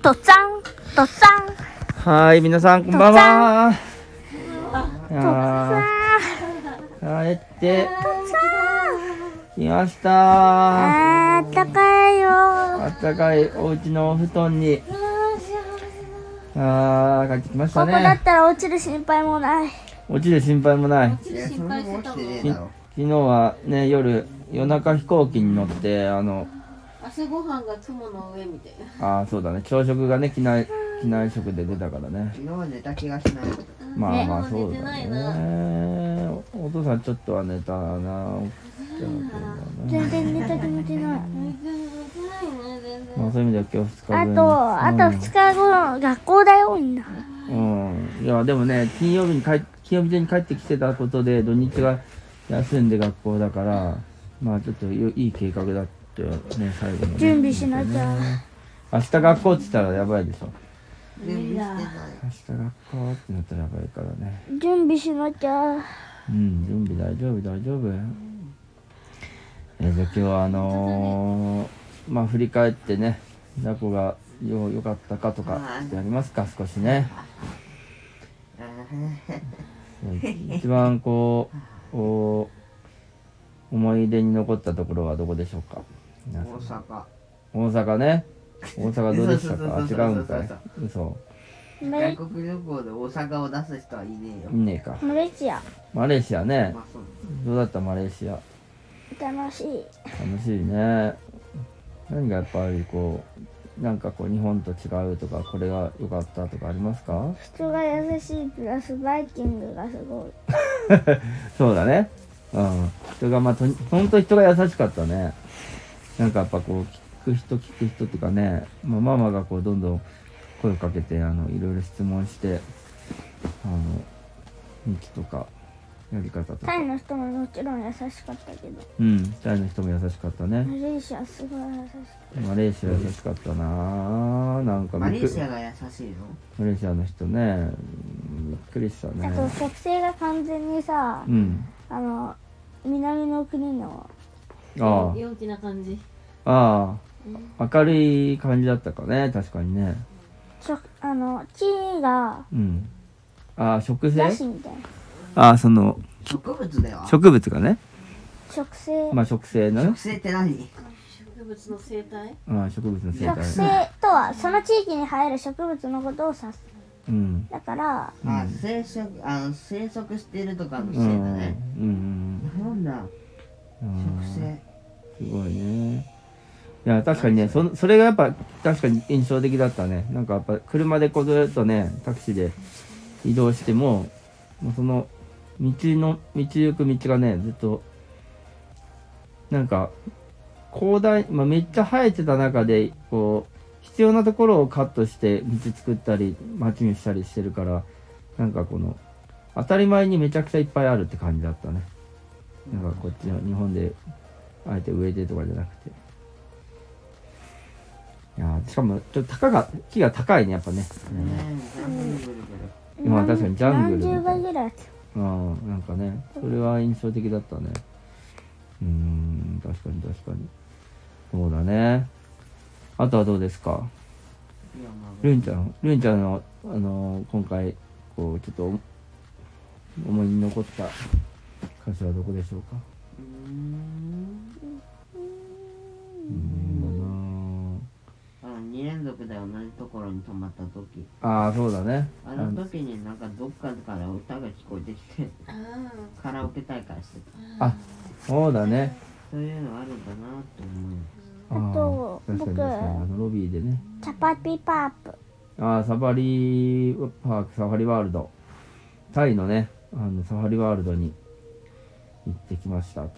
とっつぁんとっつぁん。 はい、皆さんこんばんは。 とっつぁん帰ってきました。 あったかいよ。 あったかいお家のお布団に帰ってきましたここだね。 ったら落ちる心配もない。 落ちる心配もない。 心配してたもん。 昨日はね、夜中飛行機に乗って朝ごはんが雲の上みたいな。 そうだね、朝食がね機内食で出たからね。 昨日は寝た気がしない。 まあまあねそうだ寝てないね。お父さんちょっとは寝たな。 全然寝た気持ちない。 寝てないね、全然。 まあそういう意味では今日2日分。 あと2日後、学校だよ、みんな。 いやでもね、金曜日中に帰ってきてたことで土日が休んで学校だから、まあちょっといい計画だってね、最後のね、 準備しなきゃ。 明日学校って言ったらやばいでしょ。 準備してない。 明日学校ってなったらやばいからね。 準備しなきゃ。 準備大丈夫大丈夫。じゃあ今日はまあ振り返ってね、どこが良かったかとかやりますか、少しね。一番こう思い出に残ったところはどこでしょうか。大阪ね。大阪どうでしたか。違うんかい。嘘。 外国旅行で大阪を出す人はいねえよ。 いねえか。 マレーシア。 マレーシアねま。あそうどうだったマレーシア。 楽しい。 楽しいね。何がやっぱりなんか日本と違うとか、これが良かったとかありますか。 人が優しいプラスバイキングがすごい。 そうだね。人が本当人が優しかったね。なんかやっぱ聞く人っていうかね、ママがどんどん声をかけていろいろ質問して道とかやり方とか。 タイの人ももちろん優しかったけど、 タイの人も優しかったね。 マレーシアすごい優しくて。 マレーシア優しかったな。なんかマレーシアが優しいの。 マレーシアの人ね、びっくりしたね。 あと植生が完全にさ、南の国の陽気な感じ。 明るい感じだったかね、確かにね。 木が植生。 ヤシみたいな。 植物だよ。 植物がね。 植生。 植生ね。 植生って何？ 植物の生態？ 植物の生態。 植生とはその地域に生える植物のことを指す。だから。 生息しているとかの生だね。なんだ。植生。 すごいね。いや確かにね、それがやっぱ確かに印象的だったね。なんかやっぱ車でずっとね、タクシーで移動してもその道行く道がね、ずっとなんか広大、めっちゃ生えてた中で必要なところをカットして道作ったり街にしたりしてるから、なんか当たり前にめちゃくちゃいっぱいあるって感じだったね。なんかこっちの日本であえて植えてとかじゃなくて。いやしかもちょっと木が高いね、やっぱね。今確かにジャングル何十倍ぐらいあった。 なんかね、それは印象的だったね。確かにそうだね。あとはどうですか。ルンちゃんの今回ちょっと思いに残った箇所はどこでしょうか。 2連続で同じところに泊まった時。 そうだね。 あの時になんかどっかから歌が聞こえてきてカラオケ大会してた。 そうだね。 そういうのあるんだなと思いあと確かにロビーでね。 チャパピパープ。 サファリパーク、サファリワールド、タイのねサファリワールドに行ってきましたと。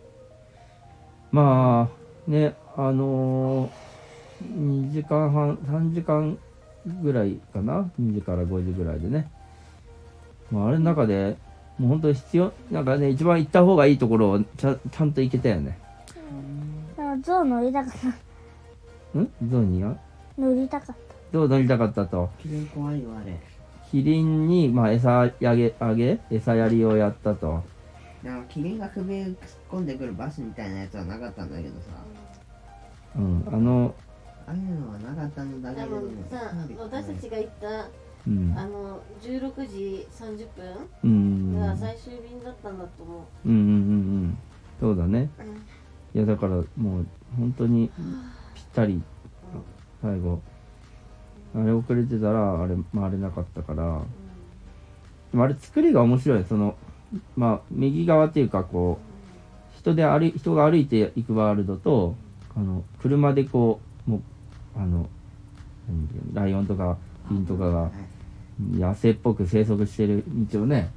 まあね、2時間半3時間ぐらいかな、2時から5時ぐらいでね。あれの中でもう本当になんかね、一番行った方がいいところをちゃんと行けたよね。 ゾウ乗りたかった。 ゾウには乗りたかった。 ゾウ乗りたかったと。 キリン怖いよあれ。 キリンに餌やりをやったと。 なんかキリンが首突っ込んでくるバスみたいなやつはなかったんだけどさ。 ああいうのはなかったんだけどもさ、私たちが行った、 うん、 16時30 うん分が最終便だったんだと思う。 うんうんうんうんそうだね、いやだからもう本当にぴったり最後あれ遅れてたらあれ回れなかったから、でもあれ作りが面白い。そのまあ右側っていうかこう人が歩いていくワールドと車でこうもうライオンとかキリンとかが野生っぽく生息してる道をね、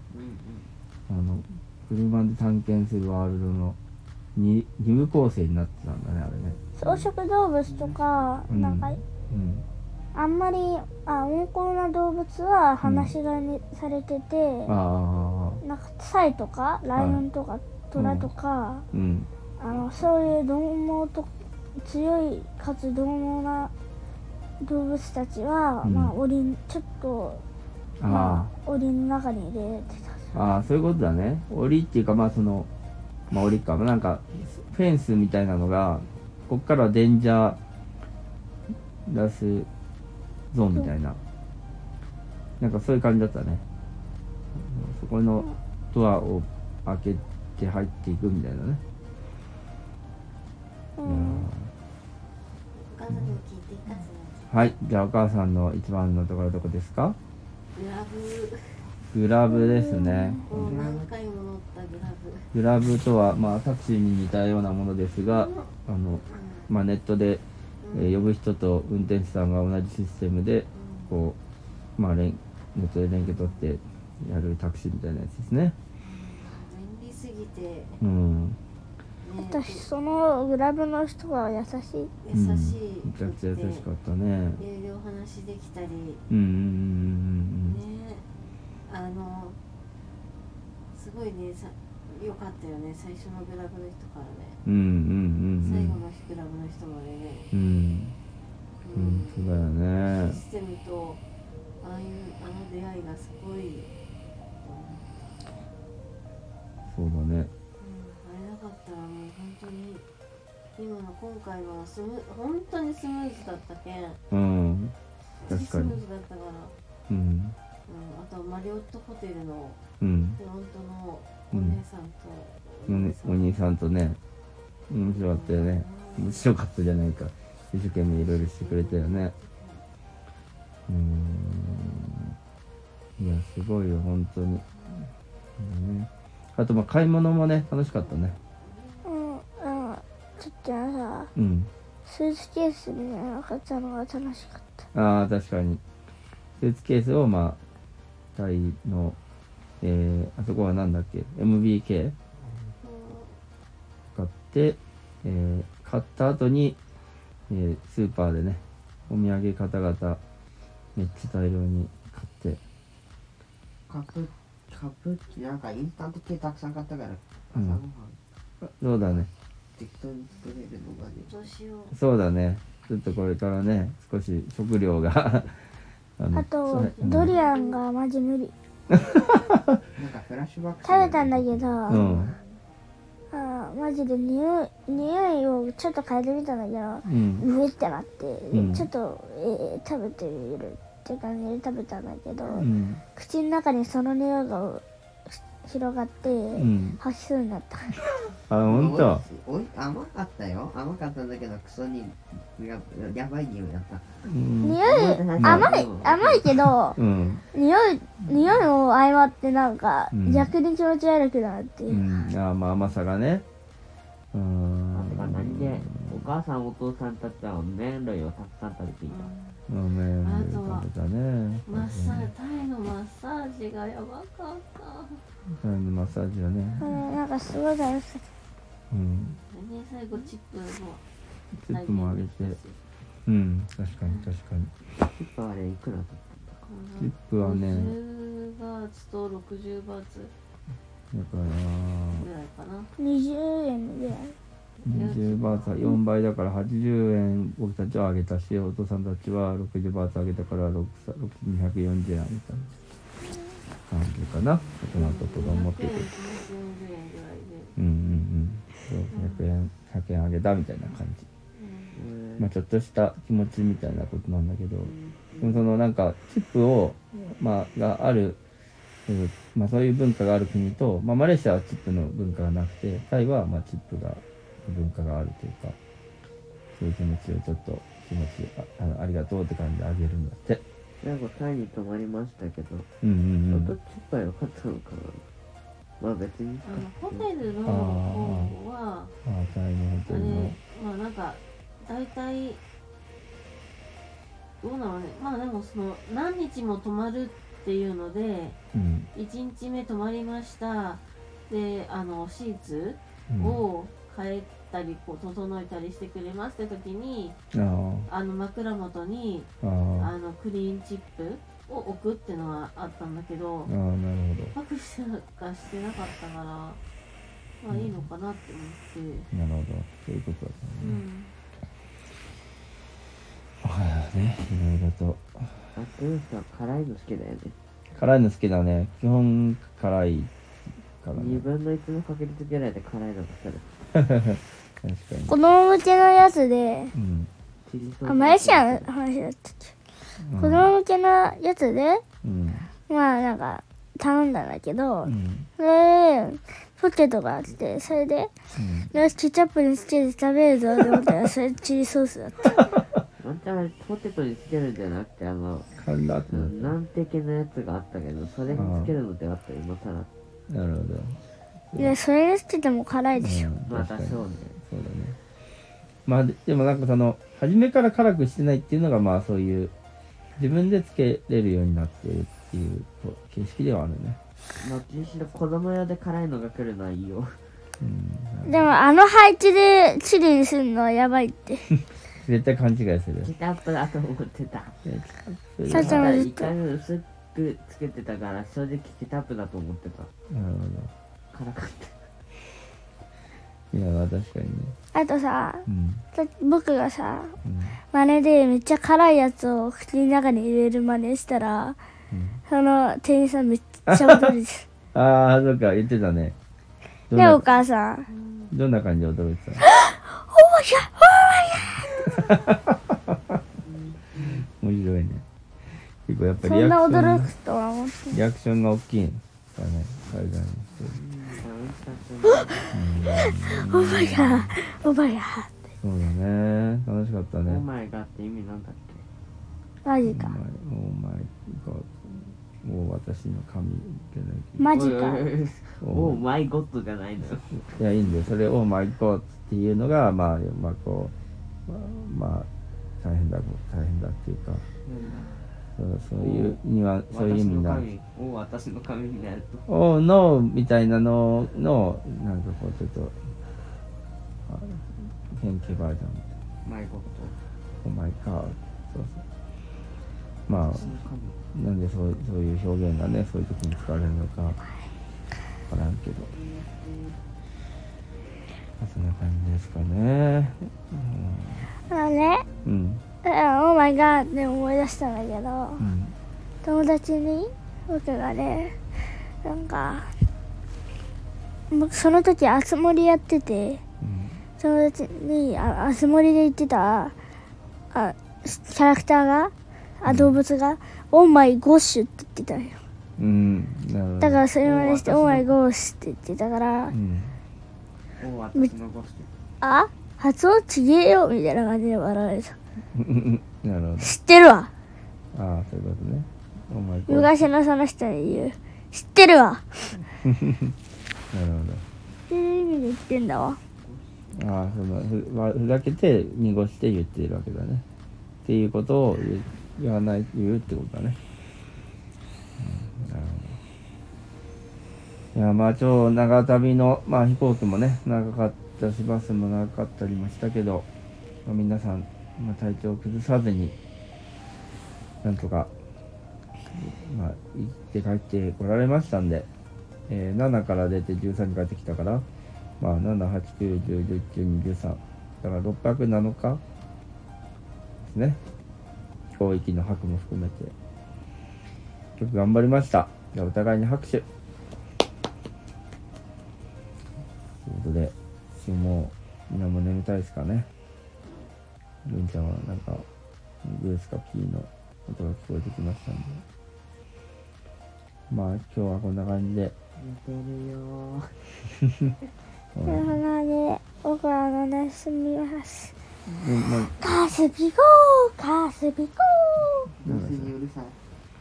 車で探検するワールドの二部構成になってたんだね、あれね。 草食動物とか、なんか、あんまり温厚な動物は放し飼いにされてて、なんかサイとかライオンとかトラとか、そういう獰猛と強いかつ獰猛な動物たちは、ちょっと檻の中に入れてた。 そういうことだね。檻っていうか檻かなんかフェンスみたいなのがこっからデンジャーラスゾーンみたいな、なんかそういう感じだったね。そこのドアを開けて入っていくみたいなね。 お母さんにも聞いていいかしら。はい、じゃあお母さんの一番のところはどこですか？グラブですね。 何回も乗ったグラブ。 グラブとは、タクシーに似たようなものですが、ネットで、呼ぶ人と運転手さんが同じシステムでこう、ネットで連携取ってやるタクシーみたいなやつですね。 便利すぎて、 私そのグラブの人が優しい、 めちゃくちゃ優しかったね。 いろいろお話できたり、すごいね、よかったよね、最初のグラブの人からね、最後のグラブの人までね、 そうだよね。 システムと出会いがすごい、 そうだね。 あれなかったらもう本当に今回は本当にスムーズだったけん、 確かにスムーズだったから、あとマリオットホテルのフロントのお姉さんと、 お兄さんとね、面白かったよね。面白かったじゃないか、一生懸命いろいろしてくれたよね。いやすごいよ本当に、あと買い物もね楽しかったね。 ちょっとさ、スーツケースみたいなの買ったのが楽しかった。 確かにスーツケースをタイのあそこはなんだっけ MBK 買って、買った後に、スーパーでねお土産方々めっちゃ大量に買って、 カップってなんかインスタント系たくさん買ったから、朝ごはんそうだね、 適当に作れるのがね。 どうしよう。 そうだね、ちょっとこれからね少し食料があとドリアンがマジ無理。 なんかフラッシュバック食べたんだけど、マジで匂いをちょっと嗅いでみたんだけど、うえってなって、ちょっと、食べてみるって感じで食べたんだけど、口の中にその匂いが広がって、吐きそうになった。 本当。 甘かったよ。甘かったんだけどクソにやばい匂いだった。 匂い甘いけど、匂いも相まってなんか、逆に気持ち悪くなっていう。 甘さがね。 何でお母さんお父さんたちは麺類をたくさん食べていた。 麺類食べたね。 タイのマッサージがやばかった。 タイのマッサージはね。 なんかすごい楽しかった。 最後チップもあげて、確かに。チップあれいくらだったんだ。 チップはね、 50バーツと60バーツだからぐらいかな。 20円ぐらい。 20バーツは4倍だから80円僕たちはあげたし、お父さんたちは60バーツあげたから240円あげた感じかな。大人と子供ってて、そう100円あげたみたいな感じ。 まあちょっとした気持ちみたいなことなんだけど、でもそのなんかチップを、まあがある、まあそういう文化がある国と、まあマレーシアはチップの文化がなくて、タイはまあチップが文化があるというか、そういう気持ちをちょっとありがとうって感じであげるんだって。 最後タイに泊まりましたけど、 うんうんうん。 ちょっとチップは良かったのかな。まあ別に。 ホテルの方は、 タイのホテルの。 まあなんか、大体、どうなのね。まあでもその、何日も泊まるっていうので、1日目泊まりました。で、シーツを変えたり、こう、整えたりしてくれますって時に、枕元に、クリーンチップを置くっていうのはあったんだけど、 なるほど。 拍手がしてなかったから、まあいいのかなって思って。 なるほど。そういうことだったね。ね、いろいろと。 トゥースは辛いの好きだよね。 辛いの好きだね。基本辛いからね。2分の1の確率ぐらいで辛いのがする。 確かに。 子供向けのやつで、マレーシアの話だったっけ、子供向けのやつで、まあなんか頼んだんだけど、それでポテトがあって、それで、よしケチャップにつけて食べるぞって思ったら、それチリソースだった。 ポテトにつけるんじゃなくて難敵のやつがあったけど、それにつけるのであった今更。 なるほど。 いや、それにつけても辛いでしょ。 またそうね。 そうだね。まあでもなんかその初めから辛くしてないっていうのが、まあそういう自分でつけれるようになっているっていう形式ではあるね。 まあ実際子供用で辛いのが来るのはいいよ。 でも配置でチリにするのはやばいって。 絶対勘違いする。 ケチャップだと思ってた。 さちゃんは一回薄くつけてたから正直ケチャップだと思ってた。 なるほど。辛かった。 いや確かにね。 あとさ、僕がさ、真似でめっちゃ辛いやつを口の中に入れる真似したら、その店員さんめっちゃ驚いてた。ああ、そうか言ってたね。 ね、お母さん。 どんな感じで驚いてたの？面白いね。結構やっぱりそんな驚くとは思ってリアクションが大きいんだね、海外の人。オーマイガー、オーマイガー。 そうだね、楽しかったね。 オーマイガーって意味なんだっけ？ マジか。 オーマイガー、もう私の神じゃないけど。 マジか。 オーマイゴッドじゃないのよ。 いやいいんだよ。それオーマイゴッドっていうのがまあこうまあ大変だっていうか。そういうにはそういう意味になる。 私の神になると。 おーノーみたいなののなんかこうちょっと変形バージョン。 マイゴッド。お前か。そうそう。まあなんでそういう表現がねそういう時に使われるのかわからんけど。そんな感じですかね。 オーマイガーって思い出したんだけど、友達に僕がね、なんかその時あつ森やってて、友達にあつ森で言ってたキャラクターが動物がオーマイゴッシュって言ってたよ。だからそれまでしてオーマイゴッシュって言ってたから、発音ちげえよみたいな感じで笑われた。 なるほど。 知ってるわ。 そういうことね。 昔のその人に言う。知ってるわ。 なるほど。 っていう意味で言ってんだわ。 ふざけて濁して言っているわけだね。っていうことを言うってことだね。なるほど。いやまあ超長旅の飛行機もね長かったしバスも長かったりもしたけど、皆さん体調を崩さずになんとか行って帰ってこられましたんで、7から出て13に帰ってきたから7、8、9、10、11、12、13だから607日ですね。飛行機の泊も含めてよく頑張りました。じゃあお互いに拍手ということで、もうみんなも眠たいですかね。 ルンちゃんはなんかグースかピーの音が聞こえてきましたんで、まあ今日はこんな感じで寝てるよそれで僕は休みます。カスピコーカスピコどうせにうるさい。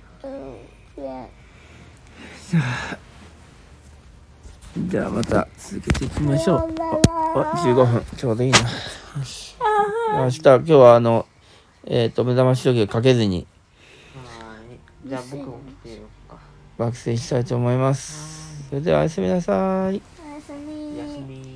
じゃあまた続けていきましょう。15分ちょうどいいな。明日は目覚まし時計かけずにじゃあ僕も来てようか。 爆睡したいと思います。それではおやすみなさい。 おやすみ。